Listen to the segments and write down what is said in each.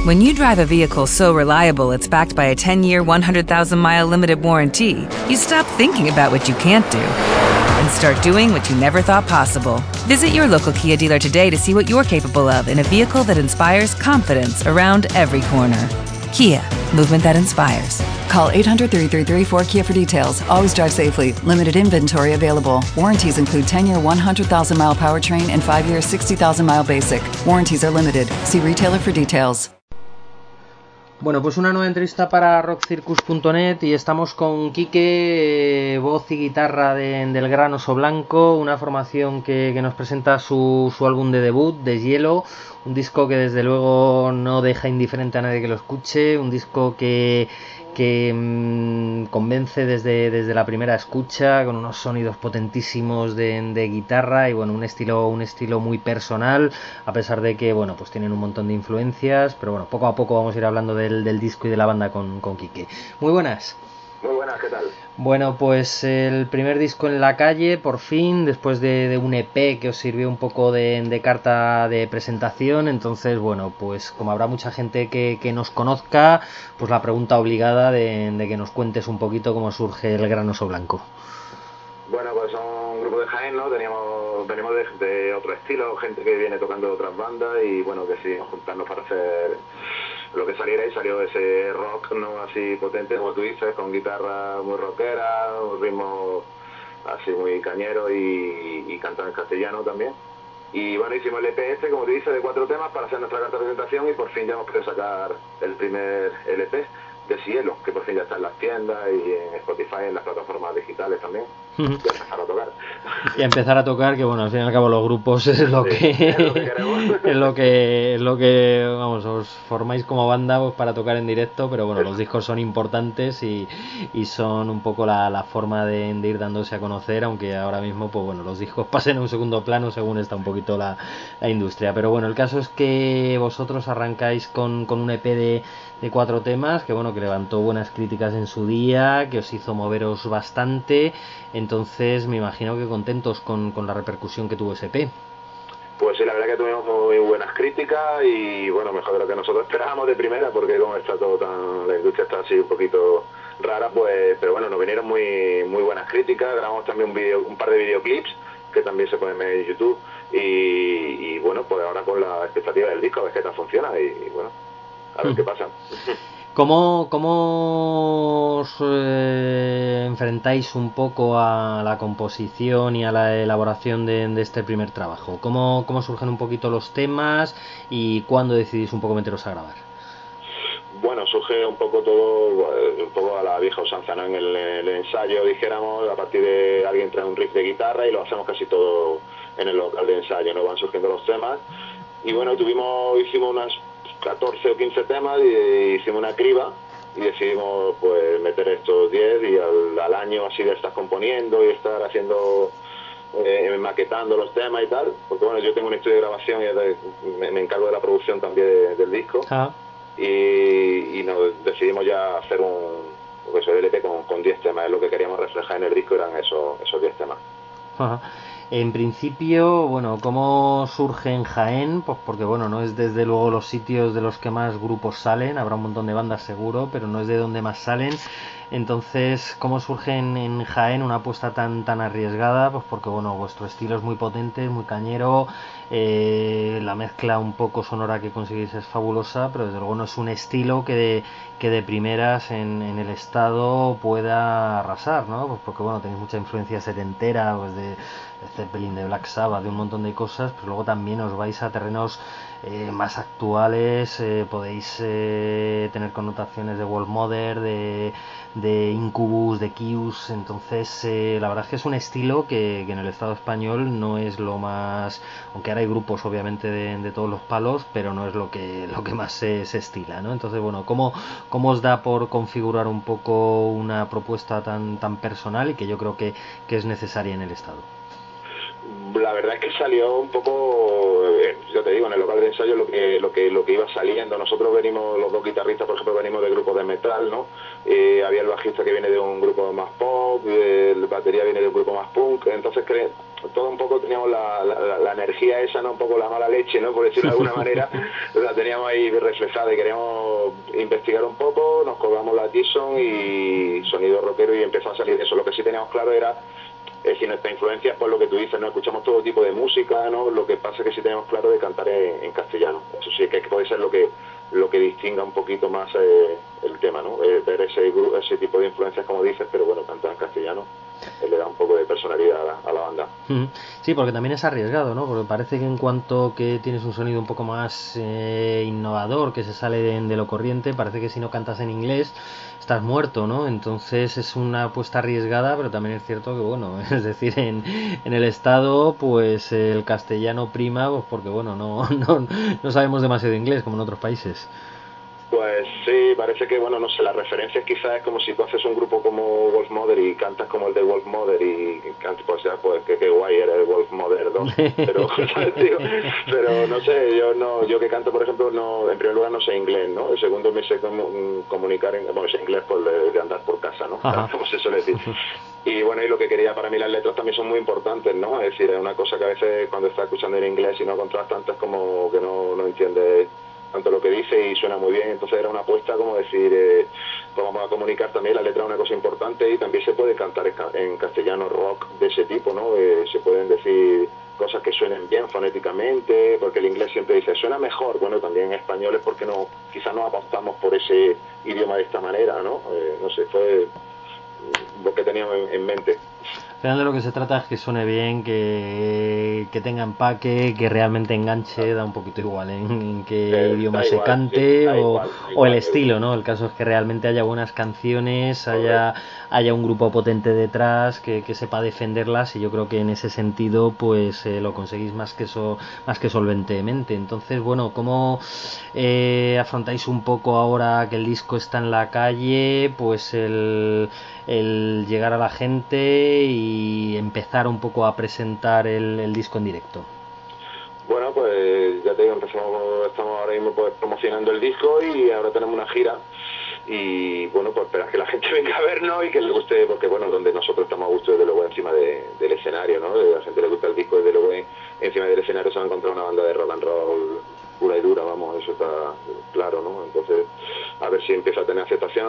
When you drive a vehicle so reliable it's backed by a 10-year, 100,000-mile limited warranty, you stop thinking about what you can't do and start doing what you never thought possible. Visit your local Kia dealer today to see what you're capable of in a vehicle that inspires confidence around every corner. Kia, movement that inspires. Call 800-333-4KIA for details. Always drive safely. Limited inventory available. Warranties include 10-year, 100,000-mile powertrain and 5-year, 60,000-mile basic. Warranties are limited. See retailer for details. Bueno, pues una nueva entrevista para rockcircus.net y estamos con Quique, voz y guitarra del Gran Oso Blanco, una formación que nos presenta su álbum de debut, Deshielo, un disco que desde luego no deja indiferente a nadie que lo escuche, un disco que convence desde la primera escucha, con unos sonidos potentísimos de guitarra y bueno, un estilo muy personal, a pesar de que bueno, pues tienen un montón de influencias, pero bueno, poco a poco vamos a ir hablando del disco y de la banda con Quique. Muy buenas. Muy buenas, ¿qué tal? Bueno, pues el primer disco en la calle, por fin, después de un EP que os sirvió un poco de carta de presentación. Entonces, bueno, pues como habrá mucha gente que nos conozca, pues la pregunta obligada de que nos cuentes un poquito cómo surge el Gran Oso Blanco. Bueno, pues son un grupo de Jaén, ¿no? Venimos de otro estilo, gente que viene tocando de otras bandas y bueno, que sí, juntarnos para hacer lo que saliera, y salió ese rock no así potente como tú dices, con guitarra muy rockera, un ritmo así muy cañero y cantado en castellano también. Y bueno, hicimos el EP como te dices, de 4 temas para hacer nuestra carta de presentación y por fin ya hemos podido sacar el primer LP, Deshielo, que por fin ya está en las tiendas y en Spotify, en las plataformas digitales también. Y empezar a tocar. Y empezar a tocar, que bueno, al fin y al cabo los grupos es lo que es lo que vamos, os formáis como banda pues, para tocar en directo, pero bueno, los discos son importantes y son un poco la forma de ir dándose a conocer, aunque ahora mismo pues bueno, los discos pasen a un segundo plano según está un poquito la industria. Pero bueno, el caso es que vosotros arrancáis con un EP de 4 temas, que bueno, que levantó buenas críticas en su día, que os hizo moveros bastante, entonces me imagino que contentos con la repercusión que tuvo ese EP. Pues sí, la verdad que tuvimos muy buenas críticas y bueno, mejor de lo que nosotros esperábamos de primera, porque como está todo la industria está así un poquito rara, pues, pero bueno, nos vinieron muy buenas críticas, grabamos también un par de videoclips que también se pueden ver en YouTube y bueno, pues ahora con la expectativa del disco, a ver qué tal funciona y bueno, a ver qué pasa. ¿Cómo os enfrentáis un poco a la composición y a la elaboración de este primer trabajo? ¿Cómo surgen un poquito los temas y cuándo decidís un poco meteros a grabar? Bueno, surge un poco todo, un poco a la vieja usanza, ¿no? En el ensayo, dijéramos, a partir de alguien trae un riff de guitarra y lo hacemos casi todo en el local de ensayo, ¿no? Van surgiendo los temas y bueno, hicimos unas 14 o 15 temas y hicimos una criba y decidimos pues meter estos 10 y al año así de estar componiendo y estar haciendo maquetando los temas y tal, porque bueno, yo tengo un estudio de grabación y me encargo de la producción también del disco. Y nos decidimos ya hacer un LP con 10 temas, es lo que queríamos reflejar en el disco, eran esos 10 temas. Ajá. En principio, bueno, ¿cómo surge en Jaén? Pues porque, bueno, no es desde luego los sitios de los que más grupos salen, habrá un montón de bandas seguro, pero no es de donde más salen. Entonces, ¿cómo surge en Jaén una apuesta tan arriesgada? Pues porque, bueno, vuestro estilo es muy potente, es muy cañero, la mezcla un poco sonora que conseguís es fabulosa, pero desde luego no es un estilo que de primeras en el estado pueda arrasar, ¿no? Pues porque, bueno, tenéis mucha influencia setentera, pues de Zeppelin, de Black Sabbath, de un montón de cosas, pero luego también os vais a terrenos más actuales, podéis tener connotaciones de World Mother, de Incubus, de Kius, entonces la verdad es que es un estilo que en el estado español no es lo más, aunque ahora hay grupos obviamente de todos los palos, pero no es lo que más se estila, ¿no? Entonces bueno, ¿cómo os da por configurar un poco una propuesta tan personal y que yo creo que es necesaria en el estado? La verdad es que salió un poco, yo te digo, en el local de ensayo lo que iba saliendo. Nosotros venimos, los dos guitarristas, por ejemplo, venimos de grupos de metal, ¿no? Había el bajista que viene de un grupo más pop, el batería viene de un grupo más punk, entonces todo un poco teníamos la energía esa, ¿no? Un poco la mala leche, ¿no? Por decirlo de alguna manera, la teníamos ahí reflejada y queríamos investigar un poco, nos colgamos la Gibson y sonido rockero y empezó a salir eso. Lo que sí teníamos claro era si nuestra influencia, pues lo que tú dices, no escuchamos todo tipo de música, ¿no? Lo que pasa es que sí tenemos claro de cantar en castellano. Eso sí que puede ser lo que distinga un poquito más el tema, ¿no? Ver ese tipo de influencias, como dices, pero bueno, cantar en castellano le da un poco de personalidad a la banda. Sí, porque también es arriesgado, ¿no? Porque parece que en cuanto que tienes un sonido un poco más innovador, que se sale de lo corriente, parece que si no cantas en inglés estás muerto, ¿no? Entonces es una apuesta arriesgada, pero también es cierto que, bueno, es decir, en el estado, pues el castellano prima, pues porque, bueno, no sabemos demasiado inglés como en otros países. Pues sí, parece que, bueno, no sé, las referencias quizás es como si tú haces un grupo como Wolfmother y cantas como el de Wolfmother y cantas, pues ya, pues que guay era el Wolfmother 2, pero, ¿sabes, tío? Pero no sé, yo que canto, por ejemplo, no, en primer lugar no sé inglés, ¿no? En segundo me sé comunicar, bueno, sé inglés por de andar por casa, ¿no? Como se suele decir. Y bueno, y lo que quería, para mí las letras también son muy importantes, ¿no? Es decir, es una cosa que a veces cuando estás escuchando en inglés y no controlas tanto es como que no entiendes tanto lo que dice y suena muy bien. Entonces era una apuesta como decir, pues vamos a comunicar también, la letra es una cosa importante y también se puede cantar en castellano rock de ese tipo, ¿no? Se pueden decir cosas que suenen bien fonéticamente, porque el inglés siempre dice, suena mejor. Bueno, también en español es porque no, quizás no apostamos por ese idioma de esta manera, ¿no? No sé, fue lo que teníamos en mente. Al final de lo que se trata es que suene bien, que tenga empaque, que realmente enganche, da un poquito igual en qué idioma se cante, sí, o el estilo, ¿no? El caso es que realmente haya buenas canciones, haya un grupo potente detrás que sepa defenderlas, y yo creo que en ese sentido pues lo conseguís más que solventemente. Entonces, bueno, ¿cómo afrontáis un poco ahora que el disco está en la calle, pues el llegar a la gente y empezar un poco a presentar el disco en directo? Bueno, pues ya te digo, estamos ahora mismo pues promocionando el disco y ahora tenemos una gira y bueno, pues esperar que la gente venga a vernos y que les guste, porque bueno, donde nosotros estamos a gusto desde luego encima del escenario, ¿no? A la gente le gusta el disco, desde luego encima del escenario se va a encontrar una banda de rock and roll pura y dura, vamos, eso está claro, ¿no? Entonces, a ver si empieza a tener aceptación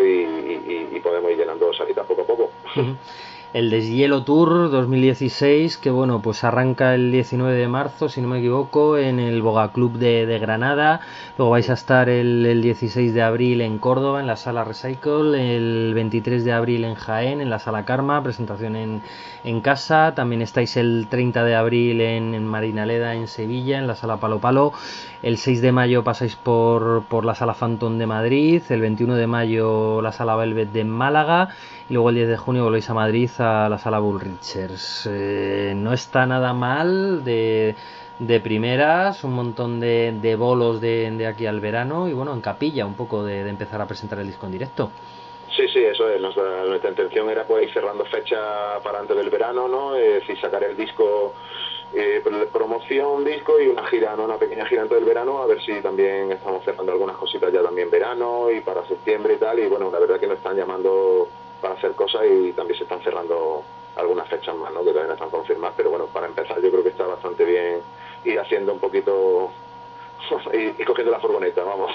y podemos ir llenando salitas poco a poco. El Deshielo Tour 2016, que bueno, pues arranca el 19 de marzo, si no me equivoco, en el Boga Club de Granada. Luego vais a estar el 16 de abril en Córdoba, en la Sala Recycle. El 23 de abril en Jaén, en la Sala Karma, presentación en casa. También estáis el 30 de abril en Marinaleda, en Sevilla, en la Sala Palo Palo. El 6 de mayo pasáis por la Sala Phantom de Madrid. El 21 de mayo la Sala Velvet de Málaga. Y luego el 10 de junio volvéis a Madrid a la Sala Bull Richards. No está nada mal de primeras, un montón de bolos de aquí al verano y bueno, en capilla un poco de empezar a presentar el disco en directo. Sí, eso es. Nuestra intención era pues ir cerrando fecha para antes del verano, ¿no? Es decir, sacar el disco, promoción, disco y una gira, ¿no? Una pequeña gira antes del verano, a ver si también estamos cerrando algunas cositas ya también verano y para septiembre y tal. Y bueno, la verdad que nos están llamando para hacer cosas y también se están cerrando algunas fechas más, ¿no? Que todavía no están confirmadas, pero bueno, para empezar yo creo que está bastante bien ir haciendo un poquito y cogiendo la furgoneta, vamos.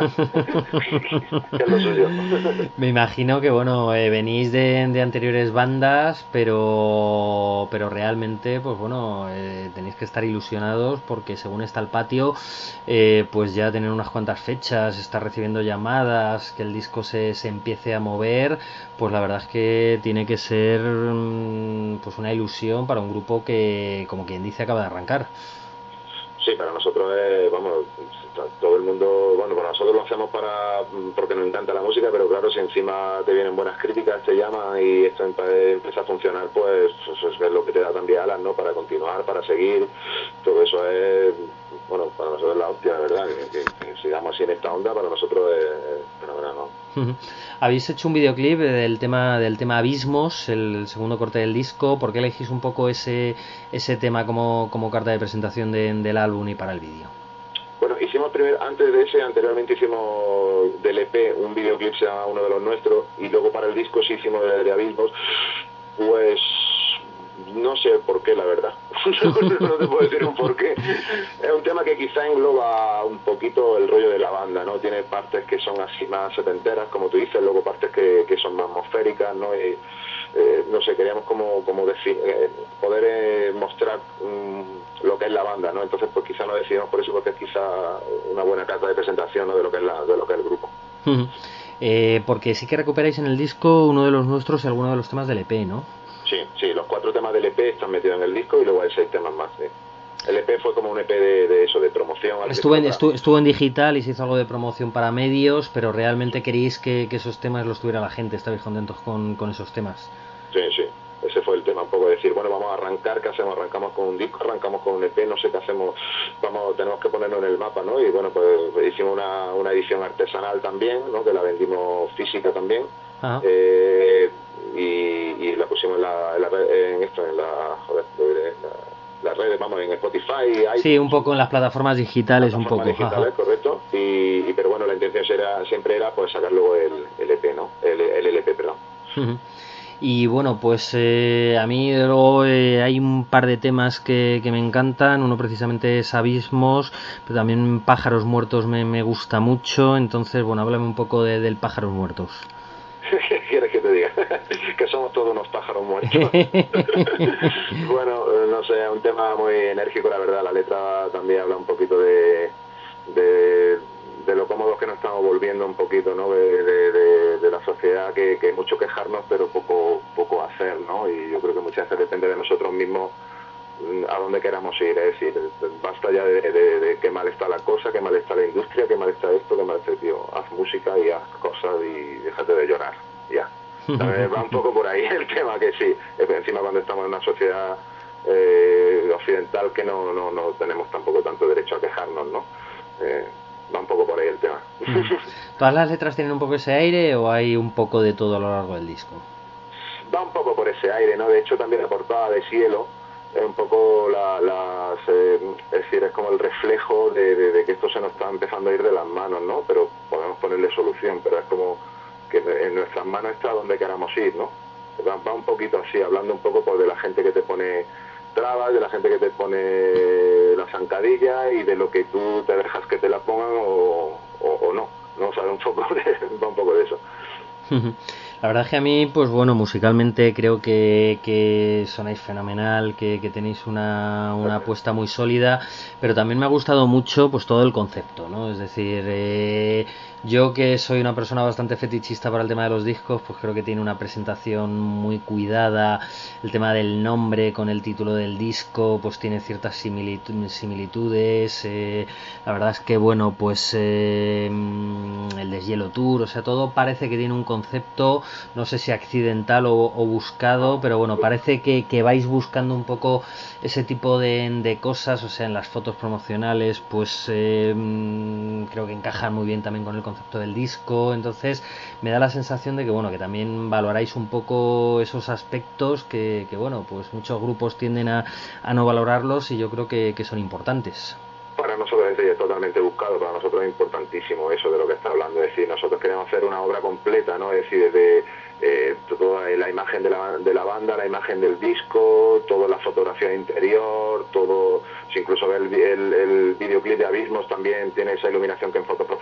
Que es lo suyo. Me imagino que bueno, venís de anteriores bandas, pero realmente pues bueno, tenéis que estar ilusionados porque según está el patio, pues ya tener unas cuantas fechas, estar recibiendo llamadas, que el disco se empiece a mover, pues la verdad es que tiene que ser pues una ilusión para un grupo que, como quien dice, acaba de arrancar. Sí, para nosotros vamos, todo el mundo, bueno, para nosotros lo hacemos porque nos encanta la música, pero claro, si encima te vienen buenas críticas, te llaman y esto empieza a funcionar, pues eso es lo que te da también alas, ¿no? Para continuar, para seguir, todo eso es, bueno, para nosotros es la hostia, de verdad, que sigamos así en esta onda, para nosotros es fenomenal, ¿no? Habéis hecho un videoclip del tema Abismos, el segundo corte del disco. ¿Por qué elegís un poco ese tema como carta de presentación del álbum y para el vídeo? Bueno, hicimos anteriormente hicimos del EP un videoclip, se llama Uno de los Nuestros, y luego para el disco sí hicimos de Abismos. Pues No sé el por qué, la verdad. No te puedo decir un por qué. Es un tema que quizá engloba un poquito el rollo de la banda, ¿no? Tiene partes que son así más setenteras, como tú dices, luego partes que son más atmosféricas, ¿no? Y, no sé, queríamos como poder mostrar lo que es la banda, ¿no? Entonces, pues quizá nos decidimos por eso, porque es quizá una buena carta de presentación, ¿no? De lo que es el grupo. Porque sí que recuperáis en el disco uno de los nuestros y alguno de los temas del EP, ¿no? Sí, los 4 temas del EP están metidos en el disco y luego hay 6 temas más, ¿sí? El EP fue como un EP de eso, de promoción. Estuvo en digital y se hizo algo de promoción para medios, pero realmente queríais que esos temas los tuviera la gente, estabais contentos con esos temas. Sí, ese fue el tema, un poco de decir, bueno, vamos a arrancar, ¿qué hacemos? Arrancamos con un disco, arrancamos con un EP, no sé qué hacemos, tenemos que ponerlo en el mapa, ¿no? Y bueno, pues hicimos una edición artesanal también, ¿no? Que la vendimos física también. Y la pusimos en las redes, vamos, en Spotify. Sí, un poco en las plataformas digitales, correcto. Pero bueno, la intención siempre era pues sacar luego el EP, ¿no? El LP, perdón. Y bueno, pues a mí luego hay un par de temas que me encantan. Uno precisamente es Abismos, pero también Pájaros Muertos me gusta mucho. Entonces, bueno, háblame un poco del Pájaros Muertos. ¿Qué quieres que te diga? Que somos todos unos pájaros muertos. Bueno, no sé, es un tema muy enérgico, la verdad. La letra también habla un poquito de lo cómodos que nos estamos volviendo un poquito, ¿no? De la sociedad, que hay mucho quejarnos, pero poco hacer, ¿no? Y yo creo que muchas veces depende de nosotros mismos a dónde queramos ir. Es decir, basta ya de qué mal está la cosa, qué mal está la industria, qué mal está esto, qué mal está, tío. Haz música y haz cosas y déjate de llorar, ya. Va un poco por ahí el tema, que sí, encima cuando estamos en una sociedad occidental que no tenemos tampoco tanto derecho a quejarnos, ¿no? Va un poco por ahí el tema. ¿Todas las letras tienen un poco ese aire o hay un poco de todo a lo largo del disco? Va un poco por ese aire, ¿no? De hecho, también la portada de Cielo es un poco es decir, es como el reflejo de que esto se nos está empezando a ir de las manos, ¿no? Pero podemos ponerle solución, pero es como que en nuestras manos está donde queramos ir, ¿no? Va un poquito así, hablando un poco de la gente que te pone trabas, de la gente que te pone la zancadilla y de lo que tú te dejas que te la pongan o no, o sea, va un poco de eso. La verdad es que a mí, pues bueno, musicalmente creo que sonáis fenomenal, que tenéis una apuesta muy sólida, pero también me ha gustado mucho pues todo el concepto, ¿no? Es decir, yo que soy una persona bastante fetichista para el tema de los discos, pues creo que tiene una presentación muy cuidada. El tema del nombre con el título del disco, pues tiene ciertas similitudes. La verdad es que, bueno, pues el Deshielo Tour, o sea, todo parece que tiene un concepto, no sé si accidental o buscado, pero bueno, parece que vais buscando un poco ese tipo de cosas, o sea, en las fotos promocionales, pues creo que encajan muy bien también con el concepto del disco. Entonces me da la sensación de que bueno, que también valoráis un poco esos aspectos que bueno, pues muchos grupos tienden a no valorarlos y yo creo que son importantes. Para nosotros es totalmente buscado, para nosotros es importantísimo eso de lo que está hablando, es decir, nosotros queremos hacer una obra completa, ¿no? Es decir, desde toda la imagen de la banda, la imagen del disco, toda la fotografía interior, todo, si incluso ver el videoclip de Abismos también tiene esa iluminación que en fotos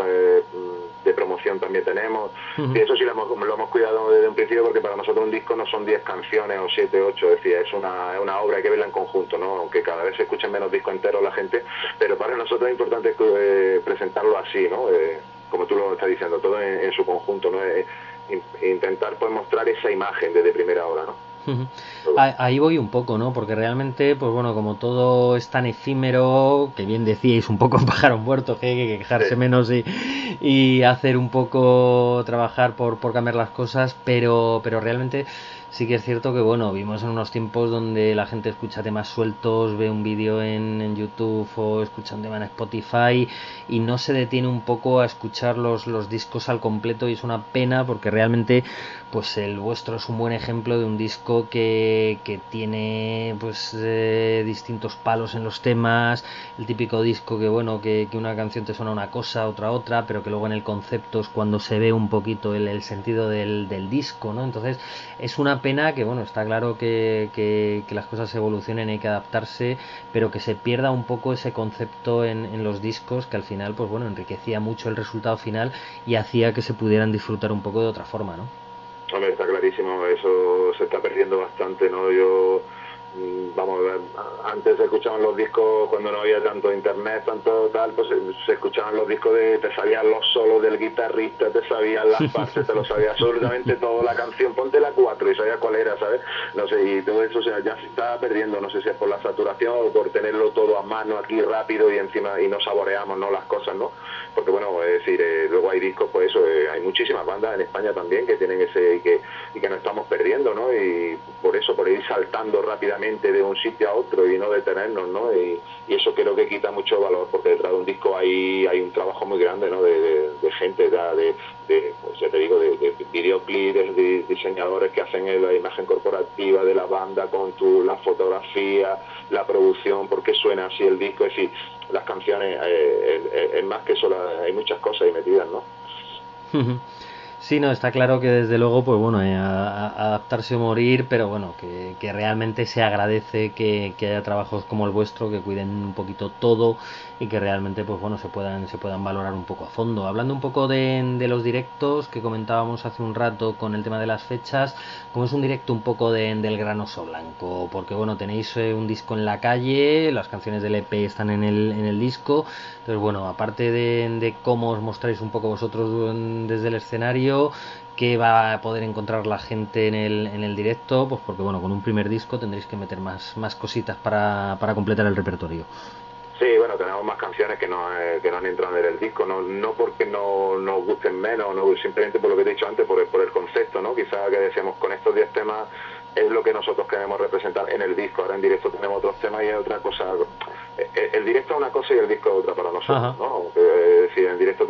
de promoción también tenemos. Y eso sí lo hemos cuidado desde un principio, porque para nosotros un disco no son 10 canciones o 7, 8, es decir, es una obra, hay que verla en conjunto, ¿no? Aunque cada vez se escuchen menos discos enteros la gente, pero para nosotros es importante presentarlo así, ¿no? Como tú lo estás diciendo, todo en su conjunto, ¿no? Intentar pues mostrar esa imagen desde primera hora, ¿no? Ahí voy un poco, ¿no? Porque realmente, pues bueno, como todo es tan efímero, que bien decíais, un poco pájaro muerto, que hay que quejarse menos y hacer un poco, trabajar por cambiar las cosas, pero realmente sí que es cierto que, bueno, vimos en unos tiempos donde la gente escucha temas sueltos, ve un vídeo en YouTube o escucha un tema en Spotify y no se detiene un poco a escuchar los discos al completo, y es una pena porque realmente pues el vuestro es un buen ejemplo de un disco que tiene pues distintos palos en los temas, el típico disco que bueno, que una canción te suena una cosa, otra, pero que luego en el concepto es cuando se ve un poquito el sentido del disco, ¿no? Entonces es una pena que, bueno, está claro que las cosas evolucionen, hay que adaptarse, pero que se pierda un poco ese concepto en los discos, que al final, pues bueno, enriquecía mucho el resultado final y hacía que se pudieran disfrutar un poco de otra forma, ¿no? Hombre, está clarísimo, eso se está perdiendo bastante, ¿no? Vamos, antes se escuchaban los discos cuando no había tanto internet, tanto tal, pues se escuchaban los discos te sabían los solos del guitarrista, te sabían las partes, te lo sabía absolutamente todo, la canción, ponte la 4 y sabías cuál era, ¿sabes? No sé, y todo eso ya se está perdiendo, no sé si es por la saturación o por tenerlo todo a mano aquí rápido y encima y no saboreamos, ¿no?, las cosas, ¿no? Porque bueno, es decir, luego hay discos, pues eso, hay muchísimas bandas en España también que tienen ese y que nos estamos perdiendo, ¿no? Y por eso, por ir saltando rápidamente de un sitio a otro y no detenernos, ¿no? Y eso creo que quita mucho valor, porque detrás de un disco hay un trabajo muy grande, ¿no? De gente, pues ya te digo, de videoclips, de diseñadores que hacen la imagen corporativa de la banda con la fotografía, la producción, por qué suena así el disco, es decir, las canciones, es más que eso, hay muchas cosas ahí metidas, ¿no? Sí, no, está claro que desde luego, pues bueno, adaptarse o morir, pero bueno, que realmente se agradece que haya trabajos como el vuestro, que cuiden un poquito todo y que realmente, pues bueno, se puedan valorar un poco a fondo. Hablando un poco de los directos que comentábamos hace un rato con el tema de las fechas, como es un directo un poco del granoso blanco, porque bueno, tenéis un disco en la calle, las canciones del EP están en el disco, entonces bueno, aparte de cómo os mostráis un poco vosotros desde el escenario, que va a poder encontrar la gente en el directo, pues porque bueno, con un primer disco tendréis que meter más cositas para completar el repertorio. Sí, bueno, tenemos más canciones que no han entrado en el disco, no porque no nos gusten menos, no, simplemente por lo que te he dicho antes, por el concepto, ¿no? Quizás que decíamos, con estos 10 temas es lo que nosotros queremos representar en el disco. Ahora en directo tenemos otros temas y es otra cosa. El directo es una cosa y el disco es otra para nosotros. Ajá. ¿No? Es decir, en el directo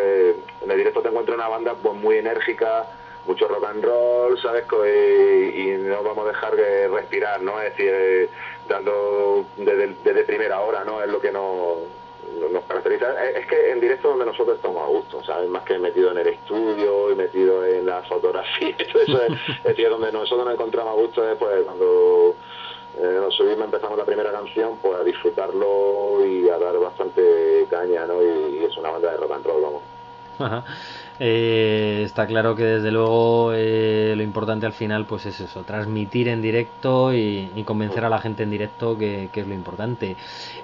te encuentras una banda pues muy enérgica, mucho rock and roll, ¿sabes? Y no vamos a dejar de respirar, ¿no? Es decir, dando desde primera hora, ¿no? Es lo que nos caracteriza. Es que en directo donde nosotros estamos a gusto, ¿sabes? Más que metido en el estudio y metido en la fotografía, todo eso es decir, donde nosotros nos encontramos a gusto es pues cuando nos subimos, empezamos la primera canción, pues a disfrutarlo y a dar bastante caña, ¿no? Y es una banda de rock and roll, vamos. Ajá. Está claro que desde luego lo importante al final pues es eso, transmitir en directo y convencer a la gente en directo, que es lo importante.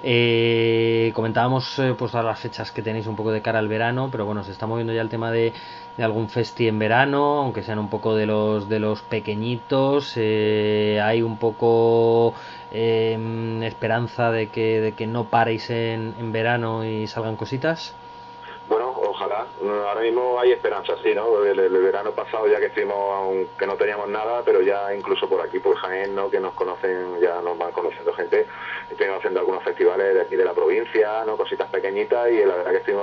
Comentábamos pues todas las fechas que tenéis un poco de cara al verano, pero bueno, se está moviendo ya el tema de algún festi en verano, aunque sean un poco de los pequeñitos. Hay un poco esperanza de que no paréis en verano y salgan cositas. Bueno, ojalá. Ahora mismo hay esperanza, sí, ¿no? El verano pasado ya que estuvimos, aunque no teníamos nada, pero ya incluso por aquí, por Jaén, ¿no? Que nos conocen, ya nos van conociendo gente. Estuvimos haciendo algunos festivales de aquí de la provincia, ¿no? Cositas pequeñitas, y la verdad que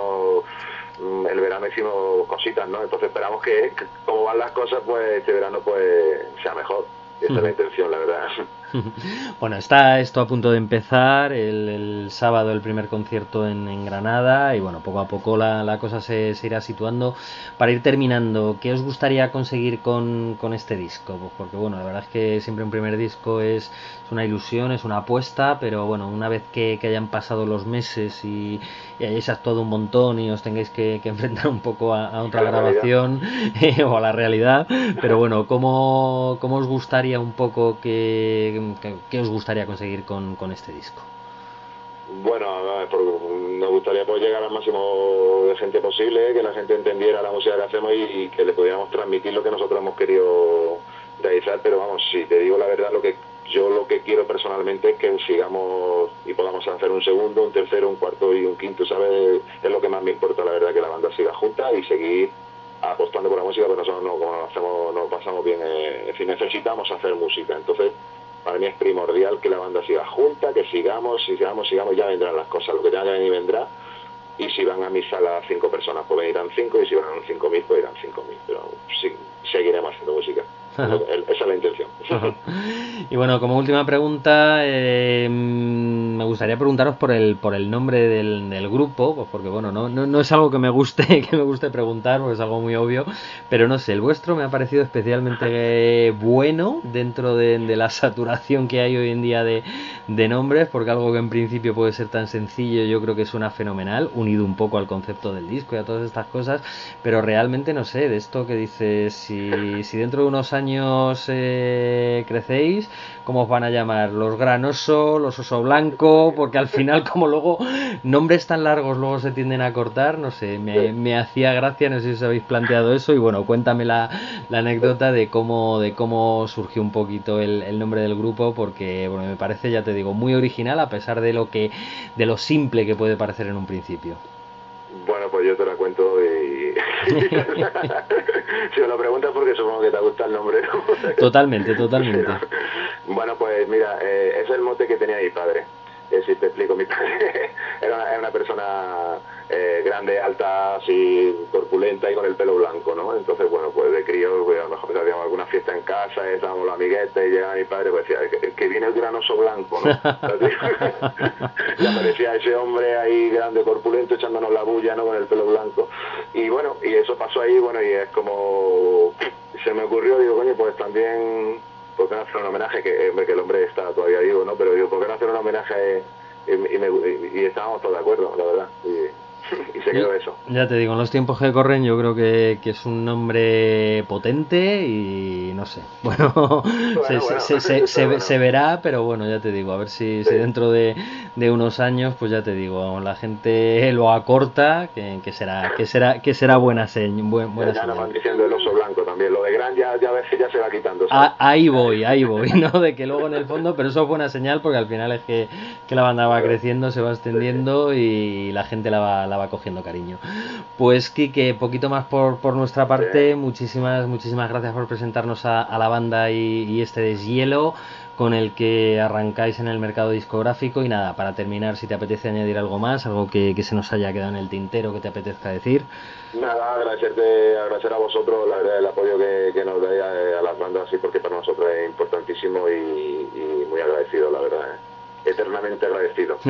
el verano hicimos cositas, ¿no? Entonces esperamos que como van las cosas, pues este verano pues sea mejor. Esa es la intención, la verdad. Bueno, está esto a punto de empezar, el sábado el primer concierto en Granada, y bueno, poco a poco la cosa se irá situando. Para ir terminando, ¿qué os gustaría conseguir con este disco? Pues porque bueno, la verdad es que siempre un primer disco es una ilusión, es una apuesta, pero bueno, una vez que hayan pasado los meses y hayáis actuado un montón y os tengáis que enfrentar un poco a otra grabación o a la realidad, pero bueno, ¿cómo os gustaría un poco ¿qué os gustaría conseguir con este disco? Bueno, nos gustaría pues llegar al máximo de gente posible, que la gente entendiera la música que hacemos y que le pudiéramos transmitir lo que nosotros hemos querido realizar, pero vamos, si te digo la verdad, lo que quiero personalmente es que sigamos y podamos hacer un segundo, un tercero, un cuarto y un quinto, ¿sabes? Es lo que más me importa, la verdad, que la banda siga junta y seguir apostando por la música, pero nosotros como nos pasamos bien, en fin, necesitamos hacer música, entonces para mí es primordial que la banda siga junta, que sigamos, ya vendrán las cosas, lo que tenga que venir vendrá, y si van a mi sala 5 personas, pues venirán 5, y si van 5.000, pues irán 5.000, pero sí, seguiremos haciendo música. Esa es la intención. Y bueno, como última pregunta, me gustaría preguntaros por el nombre del grupo, pues porque bueno, no es algo que me guste preguntar, porque es algo muy obvio, pero no sé, el vuestro me ha parecido especialmente bueno dentro de la saturación que hay hoy en día de nombres, porque algo que en principio puede ser tan sencillo, yo creo que suena fenomenal, unido un poco al concepto del disco y a todas estas cosas, pero realmente no sé, de esto que dices, si dentro de unos años crecéis, ¿cómo os van a llamar? ¿Los Granoso, los Oso Blanco? Porque al final, como luego nombres tan largos luego se tienden a cortar, no sé, me hacía gracia, no sé si os habéis planteado eso, y bueno, cuéntame la anécdota de cómo surgió un poquito el nombre del grupo, porque bueno, me parece, ya te digo, muy original a pesar de lo simple que puede parecer en un principio. Bueno, pues yo te la cuento y si me lo preguntas porque supongo que te gusta el nombre, ¿no? Totalmente. Bueno, pues mira, es el mote que tenía mi padre. Si te explico, mi padre era una persona grande, alta, así corpulenta y con el pelo blanco, ¿no? Entonces, bueno, pues de crío, pues, a lo mejor hacíamos alguna fiesta en casa, estábamos los amiguetes y llegaba mi padre, pues decía, que viene el Granoso Blanco, ¿no? Y aparecía ese hombre ahí grande, corpulento, echándonos la bulla, ¿no? Con el pelo blanco. Y bueno, y eso pasó ahí, bueno, y es como se me ocurrió, digo, coño, pues también, ¿por qué no hacer un homenaje? Que el hombre está todavía vivo, ¿no? Pero digo, ¿por qué no hacer un homenaje? Y estábamos todos de acuerdo, la verdad. Y se quedó eso. Ya te digo, en los tiempos que corren yo creo que es un nombre potente y no sé. Bueno, se verá, pero bueno, ya te digo, a ver si dentro de unos años, pues ya te digo, la gente lo acorta, que será buena señal. Ya nos van diciendo el Oso Blanco también, lo de gran ya ves que ya se va quitando. ¿Sabes? Ahí voy, ¿no? De que luego en el fondo, pero eso es buena señal porque al final es que la banda va creciendo, se va extendiendo y la gente la va cogiendo cariño. Pues Quique, poquito más por nuestra parte, muchísimas gracias por presentarnos a la banda y este deshielo con el que arrancáis en el mercado discográfico. Y nada, para terminar, si te apetece añadir algo más, algo que se nos haya quedado en el tintero que te apetezca decir. Nada, agradecer a vosotros, la verdad, el apoyo que nos dais a las bandas, sí, porque para nosotros es importantísimo y muy agradecido, la verdad, eternamente agradecido.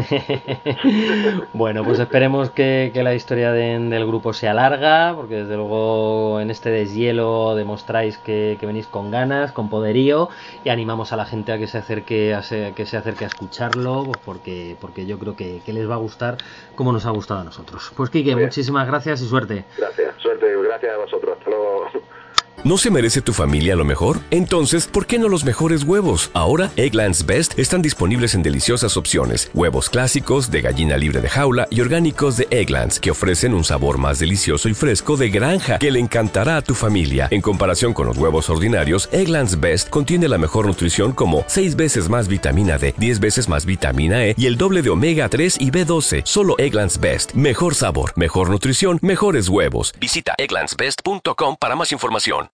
Bueno, pues esperemos que la historia del grupo sea larga, porque desde luego en este deshielo demostráis que venís con ganas, con poderío, y animamos a la gente a que se acerque a escucharlo, pues porque yo creo que les va a gustar como nos ha gustado a nosotros. Pues Quique, muchísimas gracias y suerte. Gracias a vosotros, hasta luego. ¿No se merece tu familia lo mejor? Entonces, ¿por qué no los mejores huevos? Ahora, Eggland's Best están disponibles en deliciosas opciones. Huevos clásicos, de gallina libre de jaula y orgánicos de Eggland's, que ofrecen un sabor más delicioso y fresco de granja que le encantará a tu familia. En comparación con los huevos ordinarios, Eggland's Best contiene la mejor nutrición como 6 veces más vitamina D, 10 veces más vitamina E y el doble de omega 3 y B12. Solo Eggland's Best. Mejor sabor, mejor nutrición, mejores huevos. Visita egglandsbest.com para más información.